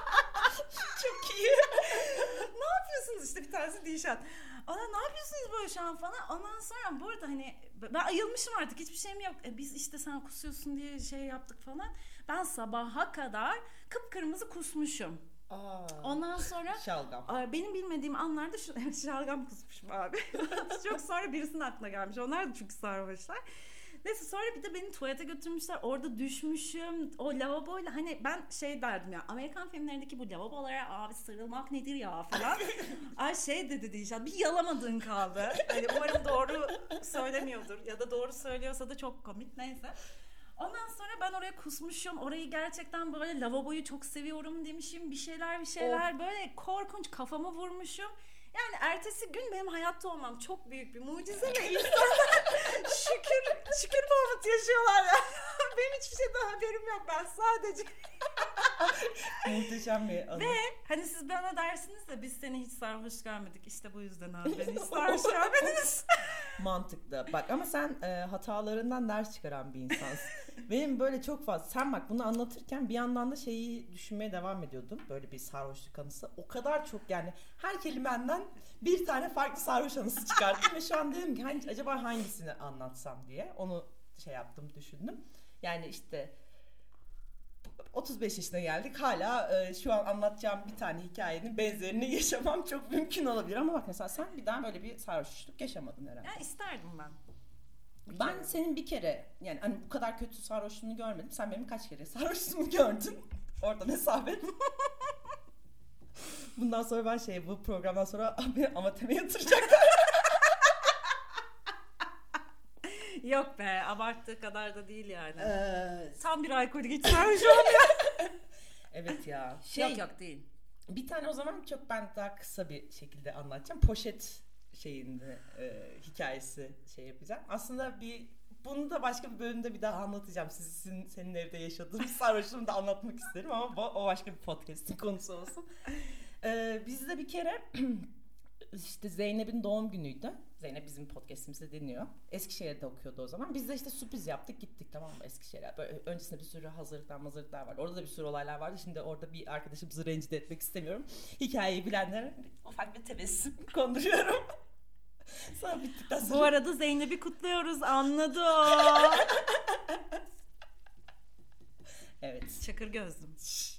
Çok iyi. Ne yapıyorsunuz işte bir tanesi Dilşat. Ana ne yapıyorsunuz böyle şu an falan. Ondan sonra bu arada hani ben ayılmışım artık hiçbir şeyim yok. E, biz işte sen kusuyorsun diye şey yaptık falan. Ben sabaha kadar kıpkırmızı kusmuşum. Aa, Ondan sonra şalgam. benim bilmediğim anlarda şu evet, şalgam kusmuşum abi. Çok sonra birisinin aklına gelmiş. Onlar da çünkü sarhoşlar. Neyse sonra bir de beni tuvalete götürmüşler. Orada düşmüşüm. O lavaboyla hani ben şey derdim ya. Amerikan filmlerindeki bu lavabolara abi sarılmak nedir ya falan. Ay şey dedi Dilşat. Bir yalamadığın kaldı. Hani umarım doğru söylemiyordur. Ya da doğru söylüyorsa da çok komik. Neyse. Ondan sonra ben oraya kusmuşum. Orayı gerçekten böyle lavaboyu çok seviyorum demişim. Bir şeyler bir şeyler oh. Böyle korkunç kafamı vurmuşum. Yani ertesi gün benim hayatta olmam çok büyük bir mucize ve insanlar şükür şükür Mahmut yaşıyorlar ya. Benim hiçbir şeyden haberim yok. Ben sadece muhteşem bir anı. Ve hani siz bana dersiniz de biz seni hiç sarhoş görmedik. İşte bu yüzden abi beni hiç sarhoş görmediniz. Mantıklı. Bak ama sen e, hatalarından ders çıkaran bir insansın. Benim böyle çok fazla. Sen bak bunu anlatırken bir yandan da şeyi düşünmeye devam ediyordum. Böyle bir sarhoşluk anısı. O kadar çok yani her kelimenden bir tane farklı sarhoş anısı çıkarttım ve şu an dedim ki hani, acaba hangisini anlatsam diye onu şey yaptım düşündüm. Yani işte otuz beş yaşına geldik. Hala e, şu an anlatacağım bir tane hikayenin benzerini yaşamam çok mümkün olabilir. Ama bak mesela sen bir daha böyle bir sarhoşluk yaşamadın herhalde. Ya isterdim ben. Ben senin bir kere yani hani bu kadar kötü sarhoşluğunu görmedim. Sen benim kaç kere sarhoşluğumu gördün. Oradan hesap et. Bundan sonra ben şey bu programdan sonra abi amateme yatıracaklar. Yok be abarttığı kadar da değil yani. Ee, Tam bir alkolü geçirmiş oluyor. Evet ya. Şey, yok yok değil. Bir tane o zaman çok ben daha kısa bir şekilde anlatacağım. Poşet şeyinde e, hikayesi şey yapacağım. Aslında bir bunu da başka bir bölümde bir daha anlatacağım. Sizin senin evde yaşadığım sarhoşluğumu da anlatmak isterim ama bu, o başka bir podcast'in konusu olsun. Ee, biz de bir kere işte Zeynep'in doğum günüydü. Zeynep bizim podcast'imizi dinliyor. Eskişehir'de okuyordu o zaman. Biz de işte sürpriz yaptık gittik, tamam mı, Eskişehir'e. Böyle öncesinde bir sürü hazırlıklar mazırlıklar vardı. Orada da bir sürü olaylar vardı. Şimdi orada bir arkadaşımızı rencide etmek istemiyorum. Hikayeyi bilenlere ufak bir tebessüm konduruyorum. Sonra bittikten sonra... Bu arada Zeynep'i kutluyoruz, anladı o. Evet. Çakır gözlüm.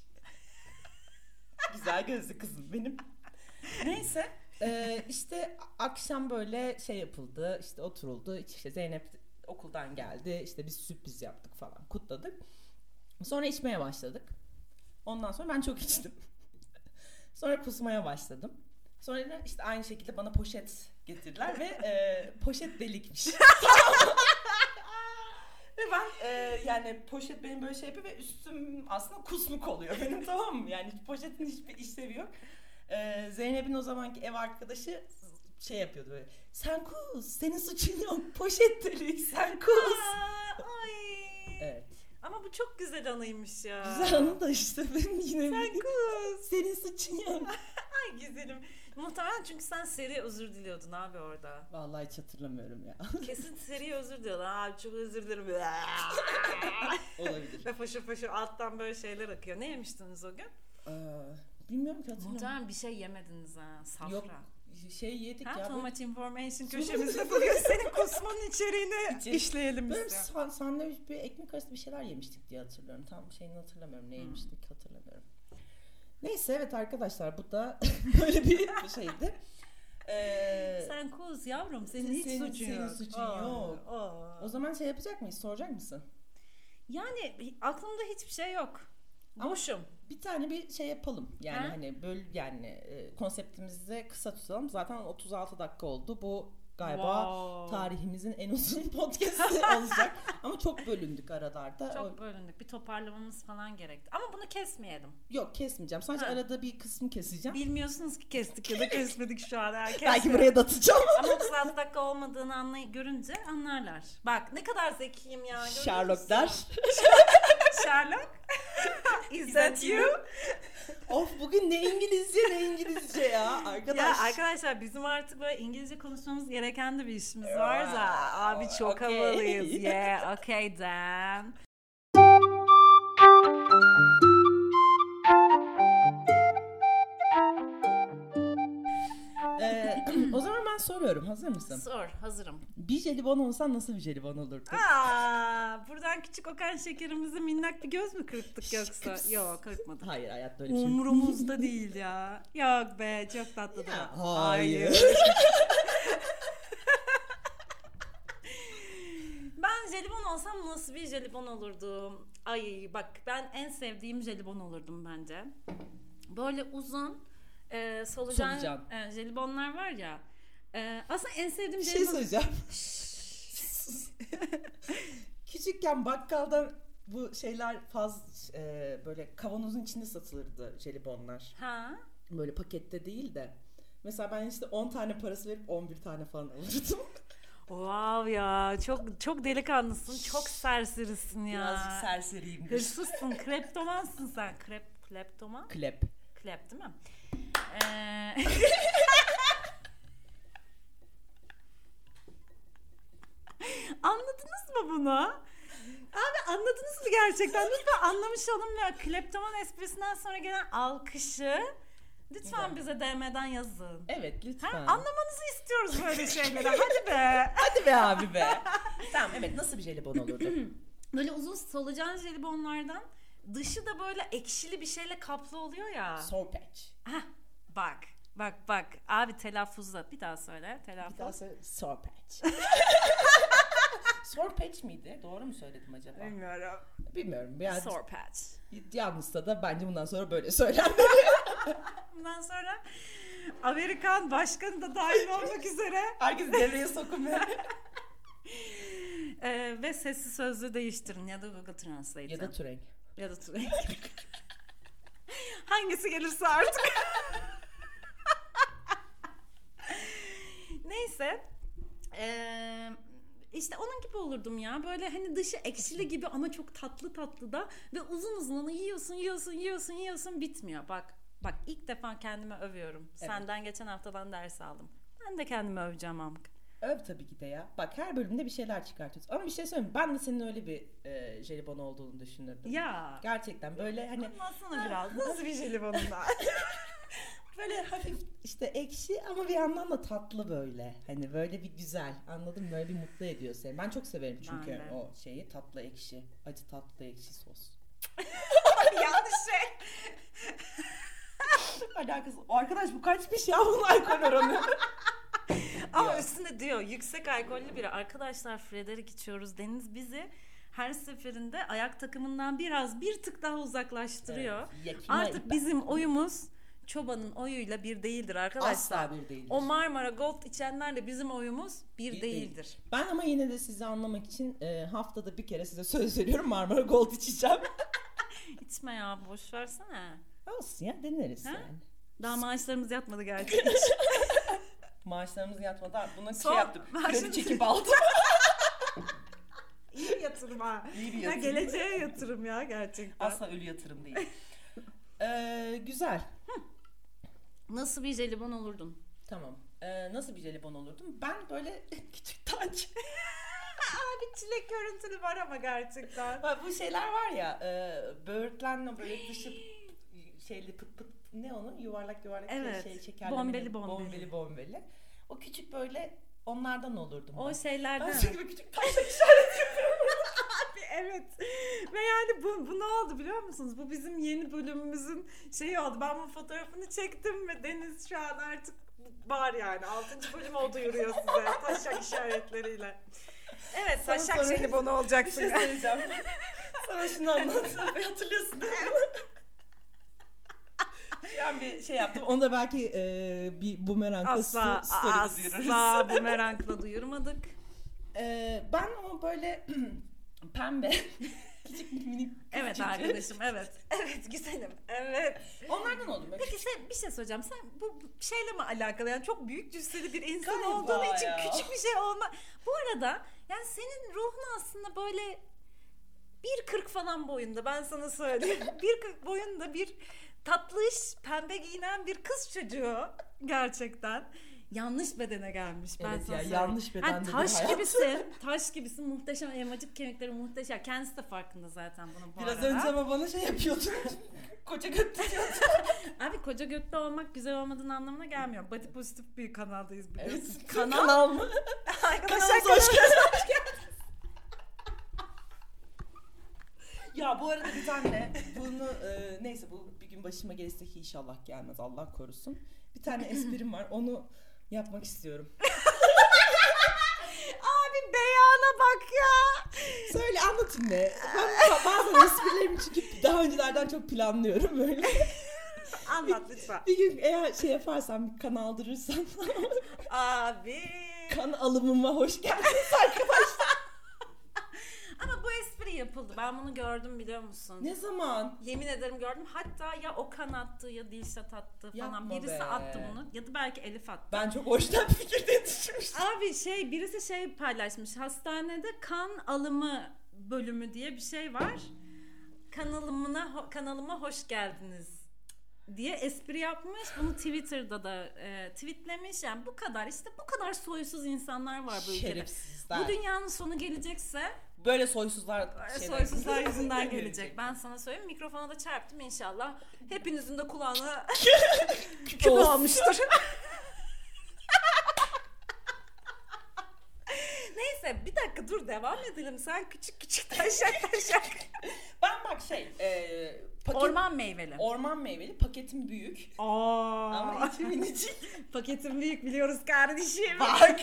Güzel gözlü kızım benim. Neyse e, işte akşam böyle şey yapıldı, işte oturuldu, işte Zeynep okuldan geldi, işte biz sürpriz yaptık falan, kutladık. Sonra içmeye başladık. Ondan sonra ben çok içtim. Sonra kusmaya başladım. Sonra da işte aynı şekilde bana poşet getirdiler ve e, poşet delikmiş. Ve ben e, yani poşet benim böyle şey yapıyor ve üstüm aslında kusmuk oluyor benim, tamam mı? Yani poşetin hiçbir işlevi yok. E, Zeynep'in o zamanki ev arkadaşı şey yapıyordu böyle. Sen kus, senin suçun yok. Poşet delik, sen kus. Aa, ay. Evet. Ama bu çok güzel anıymış ya. Güzel anı da işte benim yine. Sen kus. Senin suçun yok. Ay güzelim. Muhtemelen çünkü sen seri özür diliyordun abi orada. Vallahi hiç hatırlamıyorum ya. Kesin seri özür diliyordun. Abi çok özür dilerim. Olabilir. Ve faşır faşır alttan böyle şeyler akıyor. Ne yemiştiniz o gün? Ee, bilmiyorum ki, hatırlamıyorum. Muhtemelen bir şey yemediniz ha. Safra. Yok, şey yedik ha, ya. Too böyle... much information köşemizde bugün senin kusmanın içeriğini İçeri... işleyelim böyle istiyorum. san, sandviç bir ekmek arası bir şeyler yemiştik diye hatırlıyorum. Tam şeyini hatırlamıyorum. Ne yemiştik hmm. hatırlamıyorum. Neyse evet arkadaşlar, bu da böyle bir şeydi. Ee, Sen kuz yavrum, senin hiç senin, suçun senin yok. suçun Aa, yok. aa. O zaman şey yapacak mıyız? Soracak mısın? Yani aklımda hiçbir şey yok. Boşum. Bir tane bir şey yapalım. Yani ha? hani böyle yani e, konseptimizi kısa tutalım. Zaten otuz altı dakika oldu. Bu galiba wow. tarihimizin en uzun podcast'i olacak. Ama çok bölündük aralarda. Çok bölündük. Bir toparlamamız falan gerekti. Ama bunu kesmeyelim. Yok, kesmeyeceğim. Sadece ha. arada bir kısmı keseceğim. Bilmiyorsunuz ki kestik ya da kesmedik şu an. Yani belki buraya da atacağım. Ama otuz altı dakika olmadığını anlay görünce anlarlar. Bak ne kadar zekiyim ya. Sherlock'lar. Sherlock? Is that you? Of, bugün ne İngilizce ne İngilizce ya arkadaş. Ya arkadaşlar bizim artık böyle İngilizce konuşmamız gereken de bir işimiz var da. Abi çok okay. havalıyız. Yeah, okay then. ee, o zaman ben soruyorum. Hazır mısın? Sor, hazırım. Bir jelibon olsan nasıl bir jelibon olurdu? Aa, buradan küçük Okan şekerimize minnak bir göz mü kırptık yoksa? Yok, kırpmadık. Hayır, hayatta öyle bir şey. Umurumuzda değil ya. Yok be, çok tatlıdır. Ya, hayır. Ben jelibon olsam nasıl bir jelibon olurdum? Ay bak, ben en sevdiğim jelibon olurdum bence. Böyle uzun e, solucan, solucan. E, jelibonlar var ya. E, aslında en sevdiğim bir jelibon... şey söyleyeceğim. Küçükken bakkaldan bu şeyler faz e, böyle kavanozun içinde satılırdı jelibonlar. Ha? Böyle pakette değil de. Mesela ben işte on tane parası verip on bir tane falan alırdım. Wow ya, çok çok delikanlısın, çok serserisin ya. Birazcık serseriyimdir. Hırsızsın, kleptomansın sen. Klep, kleptoman? Klep. Klep değil mi? Ee... Anladınız mı bunu? Abi anladınız mı gerçekten? Lütfen anlamış olun ve kleptoman esprisinden sonra gelen alkışı lütfen evet. bize D M'den yazın. Evet lütfen. Ha, anlamanızı istiyoruz böyle şeyleri. Hadi be. Hadi be abi be. Tamam evet, nasıl bir jelibon olurdu? Böyle uzun solucan jelibonlardan, dışı da böyle ekşili bir şeyle kaplı oluyor ya. Sour Patch. Hah, bak bak bak abi telaffuzla bir daha söyle. Telaffuz. Bir daha söyle. Sour Patch. Sour Patch miydi? Doğru mu söyledim acaba? Bilmiyorum. Bilmiyorum. Yani, Sour Patch. Yalnızsa da bence bundan sonra böyle söylenmeli. Bundan sonra Amerikan başkanı da dahil olmak üzere. Herkes devreye sokun. ee, ve sesli sözlü değiştirin ya da Google Translate. Ya da Turing. Ya da Turing. Hangisi gelirse artık. Neyse. Eee İşte onun gibi olurdum ya. Böyle hani dışı ekşili gibi ama çok tatlı tatlı da ve uzun uzun onu yiyorsun, yiyorsun, yiyorsun, yiyorsun bitmiyor. Bak, Bak ilk defa kendimi övüyorum. Evet. Senden geçen haftadan ders aldım. Ben de kendimi öveceğim Amk. Öv tabii ki de ya. Bak her bölümde bir şeyler çıkartıyoruz. Ama bir şey söyleyeyim. Ben de senin öyle bir e, jelibon olduğunu düşünürdüm. Ya. Gerçekten böyle hani Anlatsana biraz. Nasıl bir jelibonundan? böyle hafif işte ekşi ama bir yandan da tatlı böyle. Hani böyle bir güzel. Anladın mı? Böyle bir mutlu ediyor seni. Ben çok severim çünkü Ben de. o şeyi. Tatlı ekşi. Acı tatlı ekşi sos. Yanlış şey. Alakası. Arkadaş bu kaçmış ya bunun alkol oranı. Ama Ya. üstünde diyor yüksek alkollü biri. Arkadaşlar Frederick içiyoruz. Deniz bizi her seferinde ayak takımından biraz bir tık daha uzaklaştırıyor. Evet, yakına- Artık bizim oyumuz Çoban'ın oyuyla bir değildir arkadaşlar. Asla bir değildir. O Marmara Gold içenlerle bizim oyumuz bir, Bir değildir. değil. Ben ama yine de sizi anlamak için e, haftada bir kere size söz veriyorum Marmara Gold içeceğim. İçme ya boş versene. Olsun ya deneriz Ha? yani. Daha maaşlarımız yatmadı gerçi. Maaşlarımız yatmadan buna Son- şey yaptım. maaşın- Kredi çekip aldım. İyi yatırım ha. İyi bir Ya yatırım. geleceğe yatırım ya gerçekten. Asla ölü yatırım değil. Ee, güzel. Nasıl bir jelibon olurdun? Tamam. Ee, nasıl bir jelibon olurdum? Ben böyle küçük taç. Abi çilek görüntülü var ama gerçekten. Ha, bu şeyler var ya. E, böğürtlenle böyle dışı şeyli pıt pıt ne onun yuvarlak yuvarlak Evet. şey şekerlemeli. Bombeli, bombeli. bombeli bombeli. O küçük böyle onlardan olurdum. O ben. şeylerden. Ben sürekli küçük taşla işaret yapıyorum. Abi evet. Ve yani bu, bu ne oldu biliyor musunuz? Bu bizim yeni bölümümüzün şeyi oldu. Ben bu fotoğrafını çektim ve Deniz şu an artık var yani. Altıncı bölüm oldu yürüyor size. Taşak işaretleriyle. Evet Sana taşak sonra- jelibonu Bir olacaksın. şey söyleyeceğim. Sana şunu anlatsam hatırlıyorsun değil mi? Ben bir şey yaptım. Onu da belki e, bir bumerangla Asla, story'de duyururuz. asla bumerangla duyurmadık. E, ben o böyle pembe küçük minik Evet küçücük. arkadaşım evet. Evet güzelim. Evet. Onlardan oldum. Böyle Peki sen bir şey söyleyeceğim. Sen bu bu şeyle mi alakalı? Yani çok büyük cüsseli bir insan Galiba olduğun için ya. küçük bir şey olma. Bu arada yani senin ruhun aslında böyle bir kırk falan boyunda ben sana söyleyeyim. bir kırk boyunda bir tatlış pembe giyinen bir kız çocuğu gerçekten. Yanlış bedene gelmiş ben Evet sana ya, söyleyeyim. yanlış beden Hani dedi taş hayat. gibisin. Taş gibisin. Muhteşem elmacık kemikleri muhteşem. Kendisi de farkında zaten bunun bu biraz arada. önce ama bana şey yapıyordun. Koca göt diyordun. Abi koca götlü olmak güzel olmadığın anlamına gelmiyor. Body pozitif bir kanaldayız biliyorsun. Evet. Kanal. Kanal mı? Arkadaşlar Kanalımıza hoş geldiniz. Ya bu arada bir tane bunu e, neyse bu bir gün başıma gelirse ki inşallah gelmez Allah korusun. Bir tane esprim var onu yapmak istiyorum. Abi beyana bak ya. Söyle anlatayım be. Ben bazen esprilerimi çünkü daha öncelerden çok planlıyorum böyle. Anlat lütfen. Bir gün eğer şey yaparsam bir kan aldırırsam Abi. kan alımıma hoş geldiniz arkadaşlar. Ama bu espri yapıldı. Ben bunu gördüm biliyor musun? Ne zaman? Yemin ederim gördüm. Hatta ya Okan attı ya Dilşat attı falan. Yapma Birisi be. attı bunu. Ya da belki Elif attı. Ben çok hoştan fikirde düşünmüştüm. Abi şey birisi şey paylaşmış. Hastanede kan alımı bölümü diye bir şey var. Kanalımına ho- kanalıma hoş geldiniz diye espri yapmış. Bunu Twitter'da da e, tweetlemiş. Yani bu kadar işte bu kadar soysuz insanlar var bu ülkede. Şerefsizler. Bu dünyanın sonu gelecekse Böyle soysuzlar şeyler- soysuzlar yüzünden gelecek. Ben sana söyleyeyim mikrofona da çarptım inşallah. Hepinizin de kulağına küpe Olsun. olmuştur. Neyse bir dakika dur devam edelim. Sen küçük küçük taşak taşak. Ben bak şey e, paket, Orman meyveli. orman meyveli paketim büyük Aa. ama içi minicik. Paketim büyük biliyoruz kardeşim. Bak.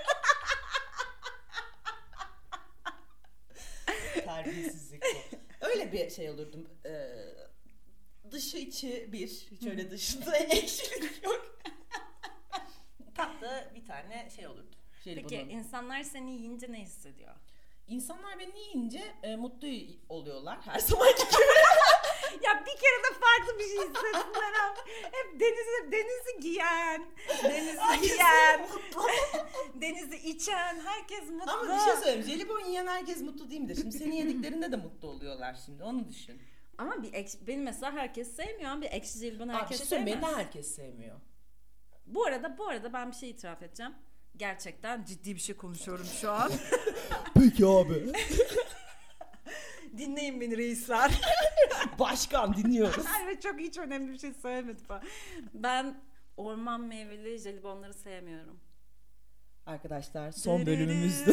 Terbiyesizlik bu. Öyle bir şey olurdum. Ee, dışı içi bir. Hiç öyle dışında ekşilik yok. Tatlı bir tane şey olurdu. Peki Jelibonun. insanlar seni yiyince ne hissediyor? İnsanlar beni yiyince e, mutlu oluyorlar. Her zamanki gibi. Ya bir kere de farklı bir şey hissetsinler abi. Hep denizi, denizi giyen, denizi Herkes giyen, mutlu. denizi içen, herkes mutlu. Ama bir şey söyleyeyim. Jelibon yiyen herkes mutlu değil midir? Şimdi seni yediklerinde de mutlu oluyorlar şimdi. Onu düşün. Ama bir ekşi, beni mesela herkes sevmiyor ama bir ekşi jelibonu Aa, bir herkes şey söyleyeyim, sevmez. beni de herkes sevmiyor. Bu arada bu arada ben bir şey itiraf edeceğim. Gerçekten ciddi bir şey konuşuyorum şu an. Peki abi. Dinleyin beni reisler. Başkan dinliyoruz. Evet, çok hiç önemli bir şey söylemedim falan. Ben orman meyveli jelibonları sevmiyorum. Arkadaşlar son bölümümüzdü.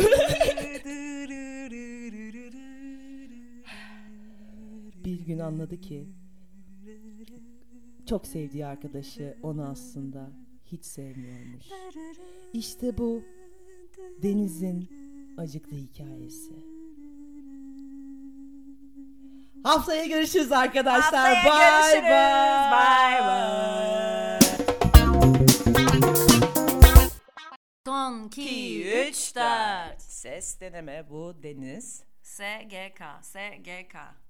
Bir gün anladı ki çok sevdiği arkadaşı onu aslında hiç sevmiyormuş. İşte bu Deniz'in acıklı hikayesi. Haftaya görüşürüz arkadaşlar. Haftaya Bye görüşürüz. bye. Bye bye. Son iki üç dört. Ses deneme, bu Deniz. S G K S G K